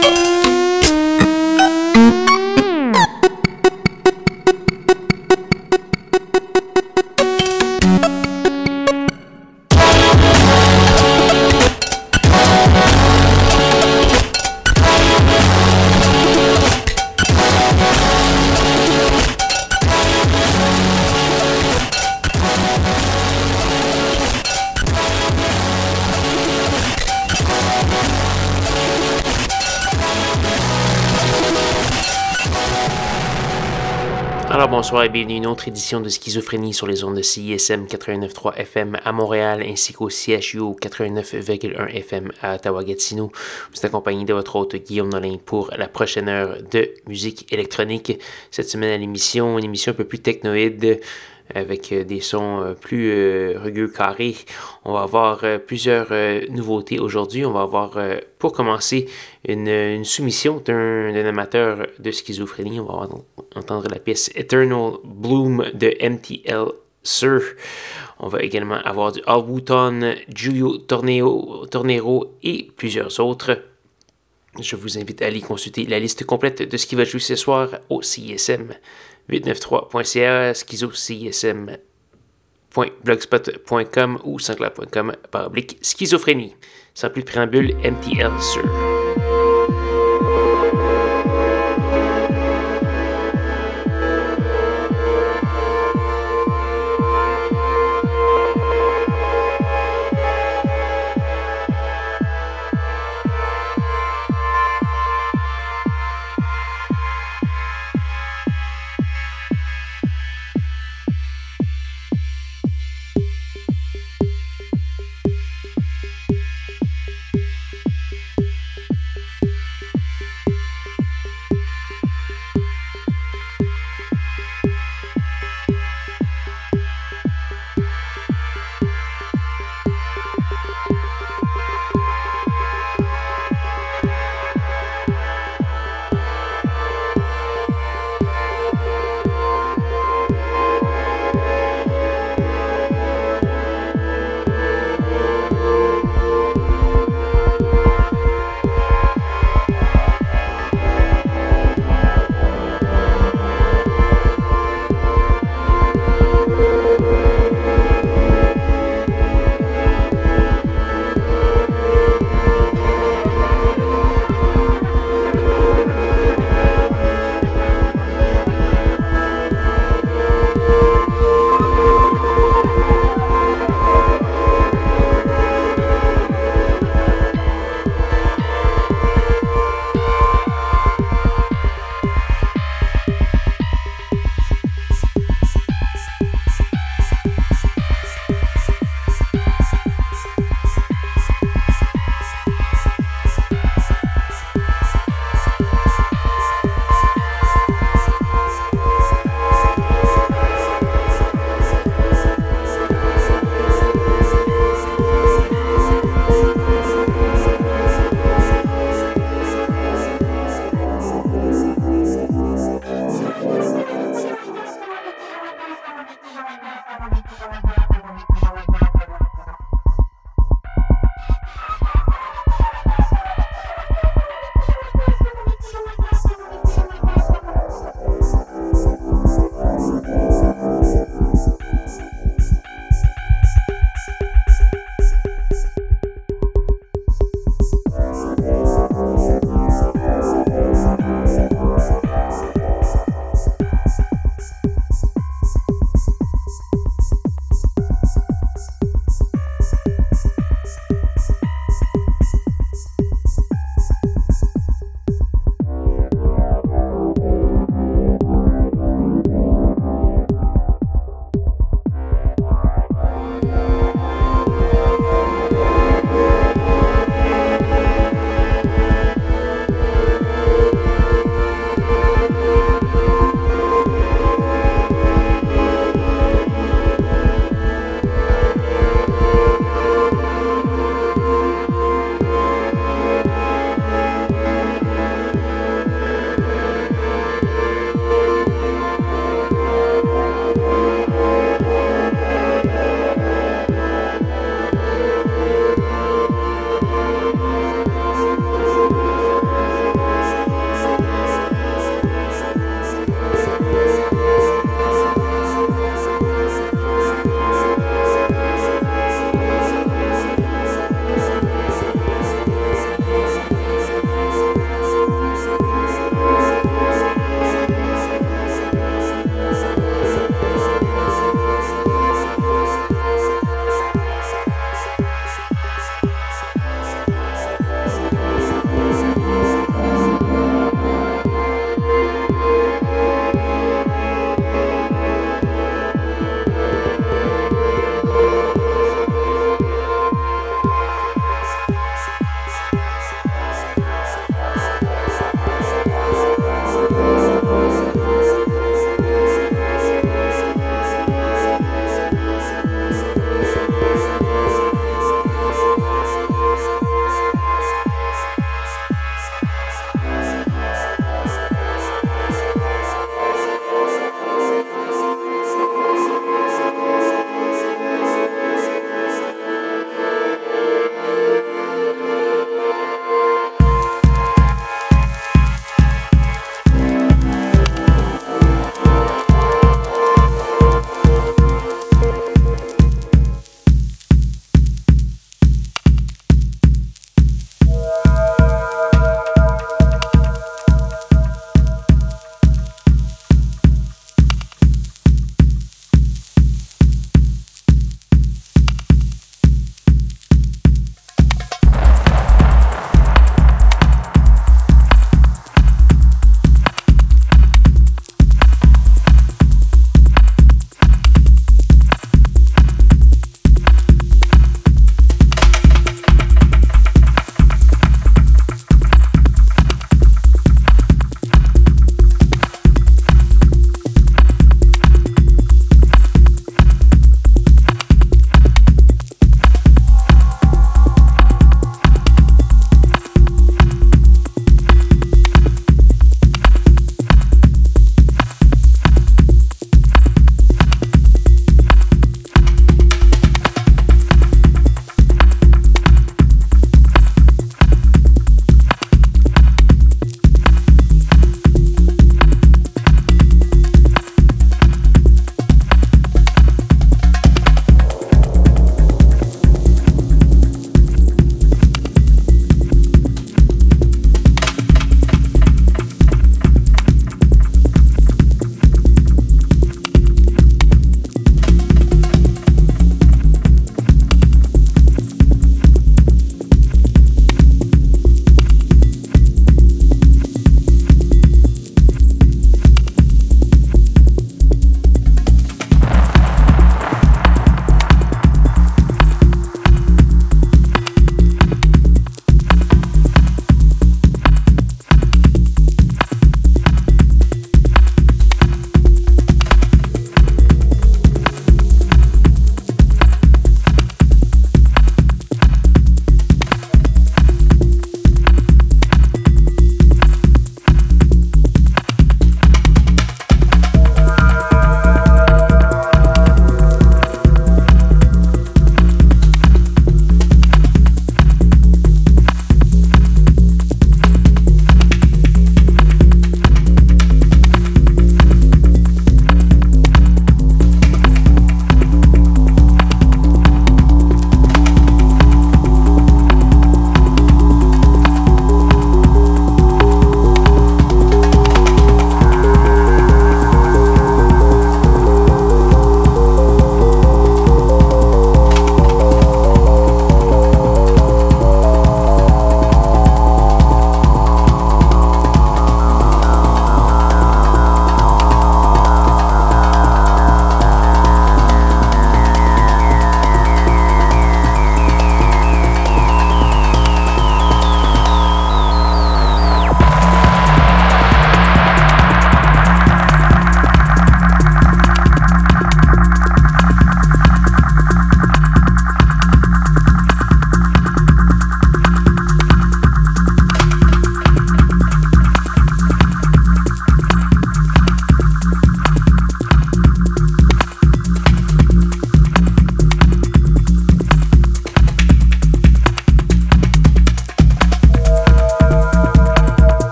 Alors bonsoir et bienvenue à une autre édition de Schizophrénie sur les ondes de CISM 89.3 FM à Montréal ainsi qu'au CHU 89.1 FM à Ottawa-Gatineau. Vous êtes accompagné de votre hôte Guillaume Nolin pour la prochaine heure de musique électronique. Cette semaine à l'émission, une émission un peu plus technoïde avec des sons plus rugueux, carrés. On va avoir plusieurs nouveautés aujourd'hui. On va avoir, pour commencer, une soumission d'un amateur de schizophrénie. On va entendre la pièce Eternal Bloom de MTL Sir. On va également avoir du Al Wooton, Giulio Tornero et plusieurs autres. Je vous invite à aller consulter la liste complète de ce qui va jouer ce soir au CISM 893.ca, schizocism.blogspot.com ou sanscloud.com/schizophrénie. Sans plus de préambule, MTL Sir.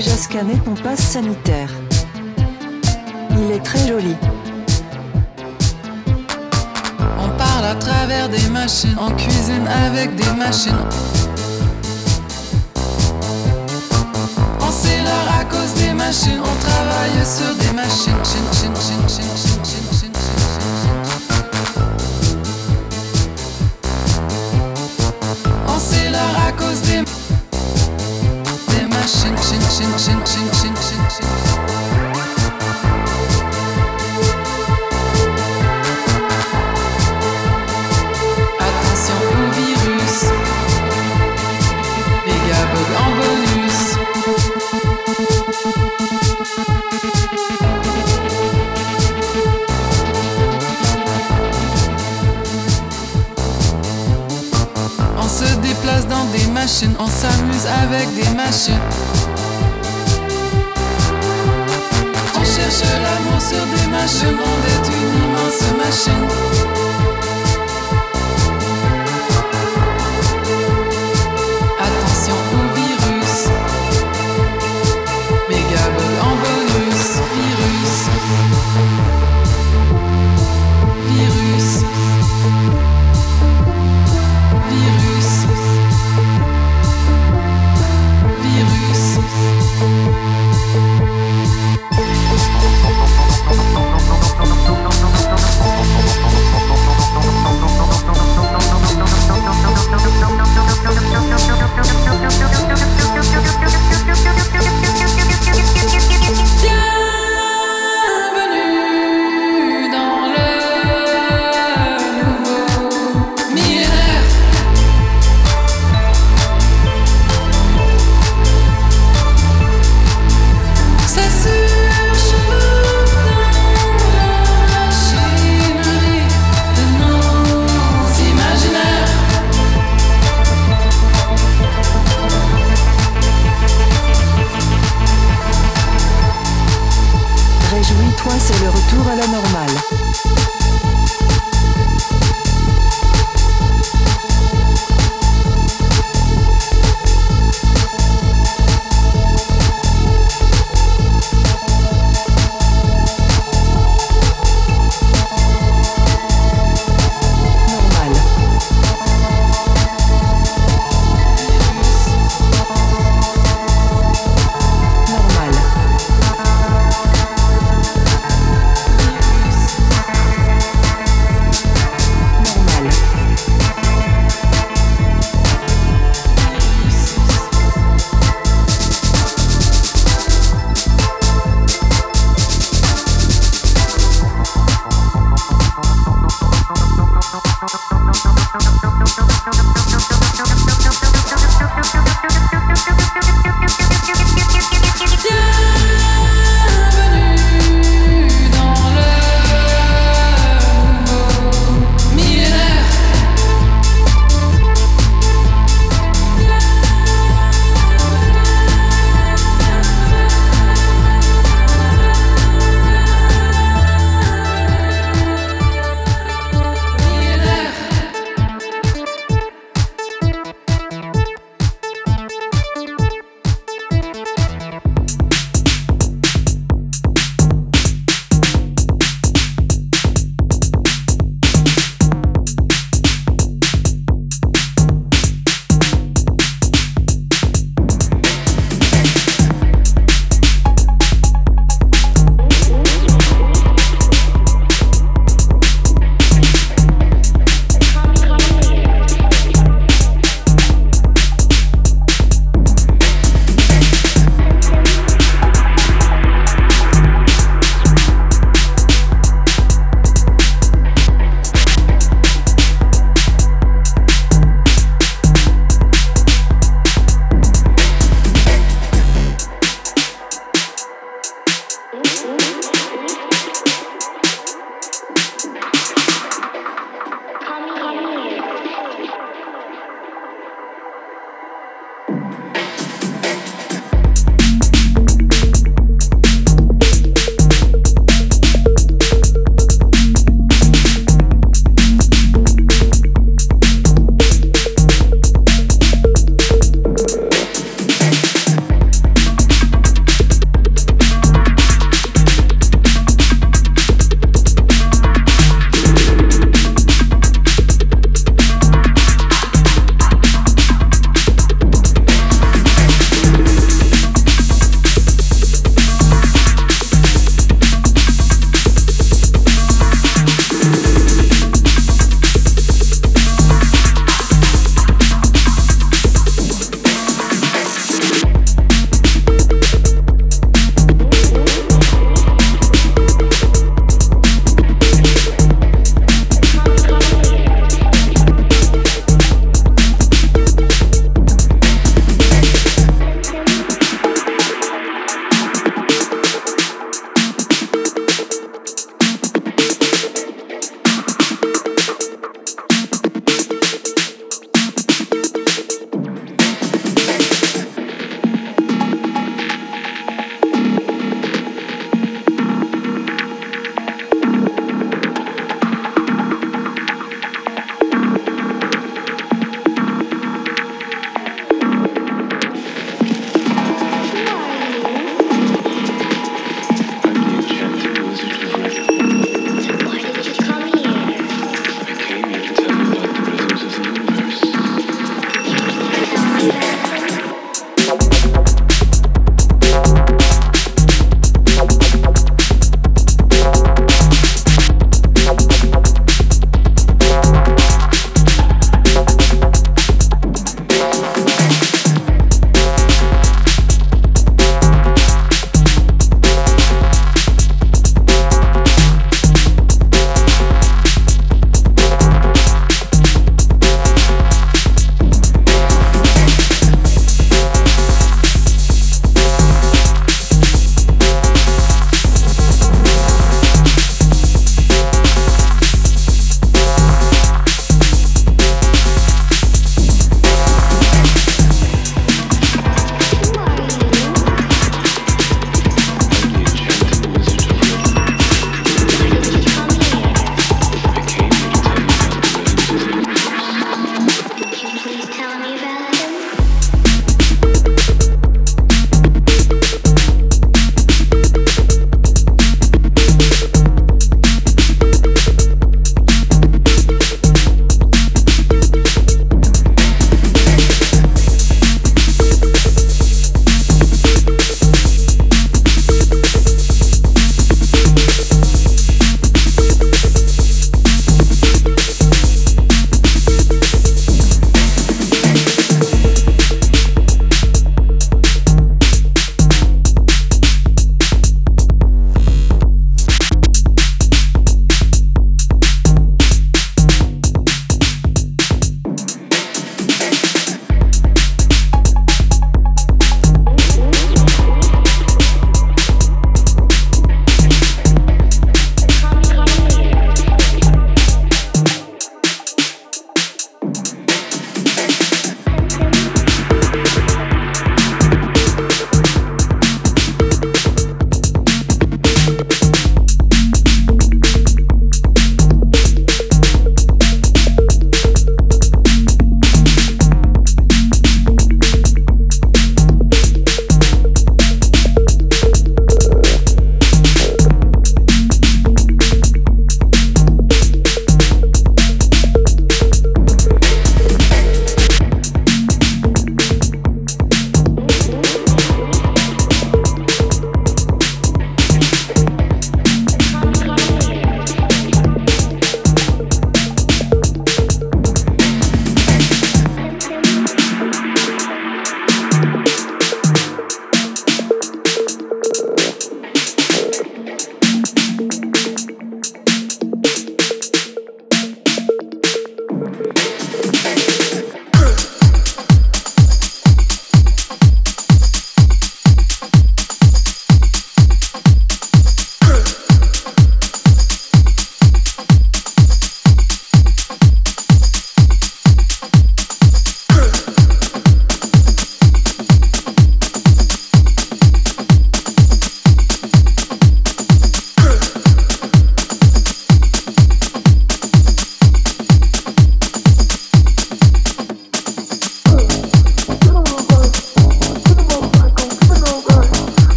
déjà scanné ton passe sanitaire. Il est très joli. On parle à travers des machines, on cuisine avec des machines. On s'élère à cause des machines, on travaille sur des machines. On s'élère à cause des machines. Attention au virus, les gabugs en bonus. On se déplace dans des machines, on s'amuse avec des machines. On cherche l'amour sur des machines, le monde est une immense machine. Attention au virus, mégabugs en bonus. Virus, virus, virus, virus.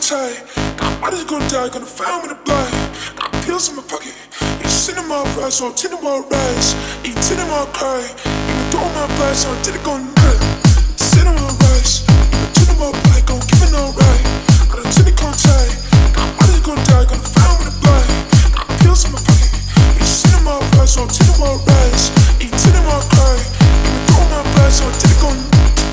tight. Got bodies gonna die, gonna find with the blood. Got pills in my pocket. Eat more rice, so 10 more rice. Eat 10 more curry. Even throw my blood, so did it go nut. 10 more rice. Even 10 more black, gon' give it no right. Got a 10 con tight. Got bodies gonna die, gonna find with the blood. Got pills in my pocket. Eat more rice, so 10 more rice. Eat 10 more curry. Even throw my blood, so did it go nut.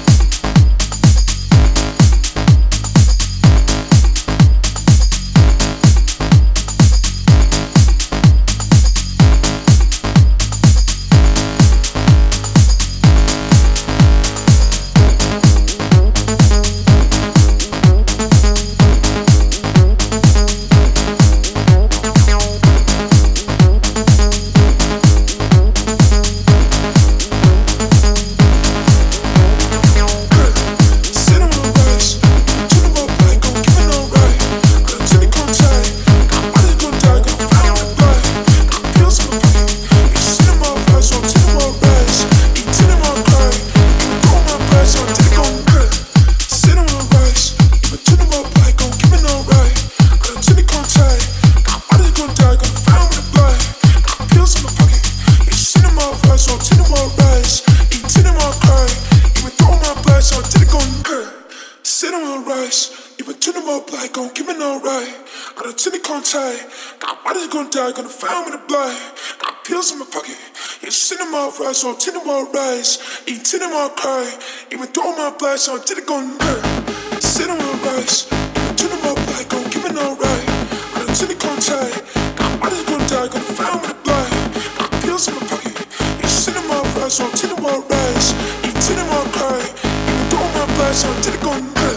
Gonna find with the blood. Got pills in my pocket. Yeah, 10 more rice, so 10 more rice. Eat 10 more curry. Even throw my blood, so did it go nut. 10 more rice. Even 10 more black, gon' give it no right. Got a 10 con tight. Got bodies gonna die, gonna find with the blood. Got pills in my pocket. Yeah, 10 more rice, so 10 more rice. Eat 10 more curry. Even throw my blood, so did it go nut.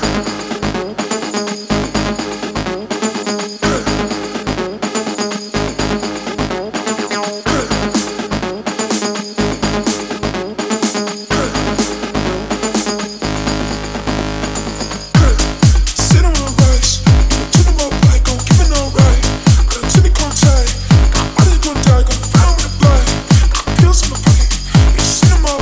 Cinema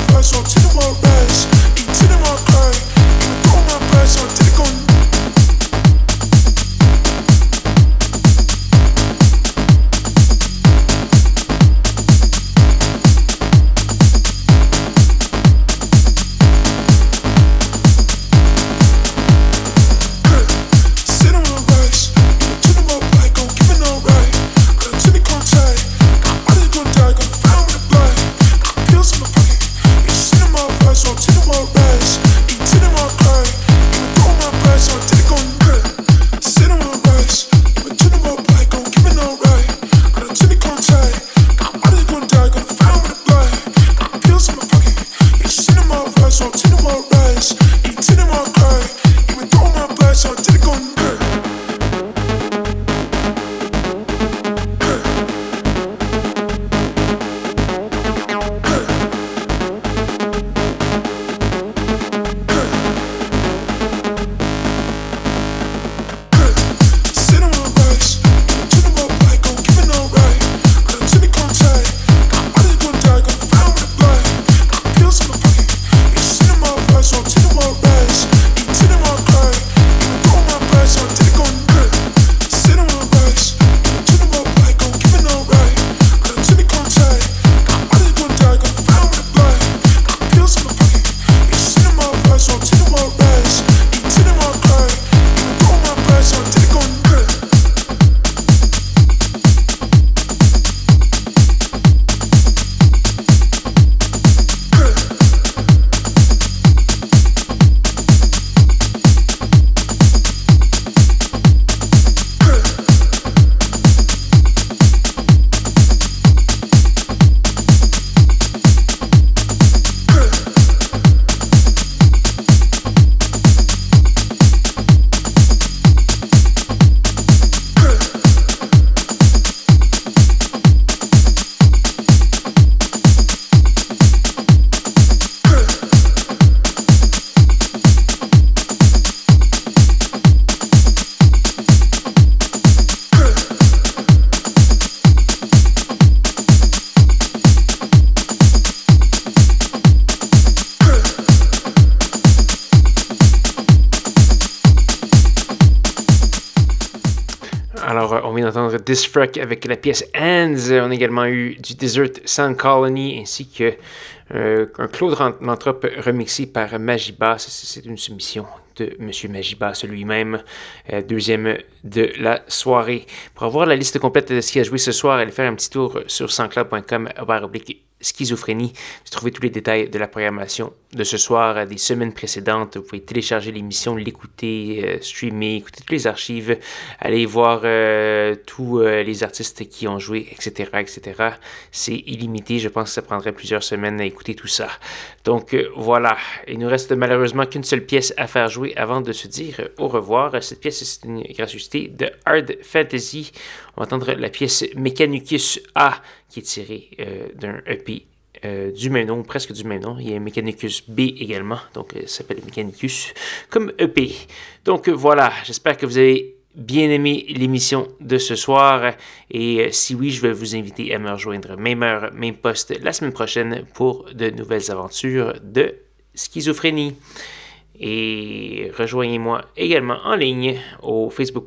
Disfruck avec la pièce Hands. On a également eu du Desert Sound Colony ainsi que un Claude Lantrop remixé par Magibass. C'est une soumission de M. Magibass lui-même, deuxième de la soirée. Pour avoir la liste complète de ce qui a joué ce soir, allez faire un petit tour sur soundcloud.com/schizophrénie. Vous trouvez tous les détails de la programmation de ce soir, des semaines précédentes. Vous pouvez télécharger l'émission, l'écouter, streamer, écouter toutes les archives, aller voir tous les artistes qui ont joué, etc., etc. C'est illimité. Je pense que ça prendrait plusieurs semaines à écouter tout ça. Donc voilà. Il nous reste malheureusement qu'une seule pièce à faire jouer avant de se dire au revoir. Cette pièce, c'est une gracieuseté de Hard Fantasy. On va entendre la pièce Mechanicus A, qui est tirée d'un EP du même nom, presque du même nom. Il y a un Mechanicus B également, donc ça s'appelle Mechanicus comme EP. Donc voilà, j'espère que vous avez bien aimé l'émission de ce soir. Et si oui, je vais vous inviter à me rejoindre même heure, même poste la semaine prochaine pour de nouvelles aventures de schizophrénie. Et rejoignez-moi également en ligne au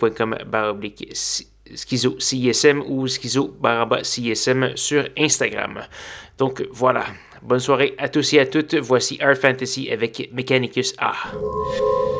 facebook.com/schizo-CISM ou schizo-CISM sur Instagram. Donc voilà, bonne soirée à tous et à toutes. Voici Hard Fantasy avec Mechanicus A.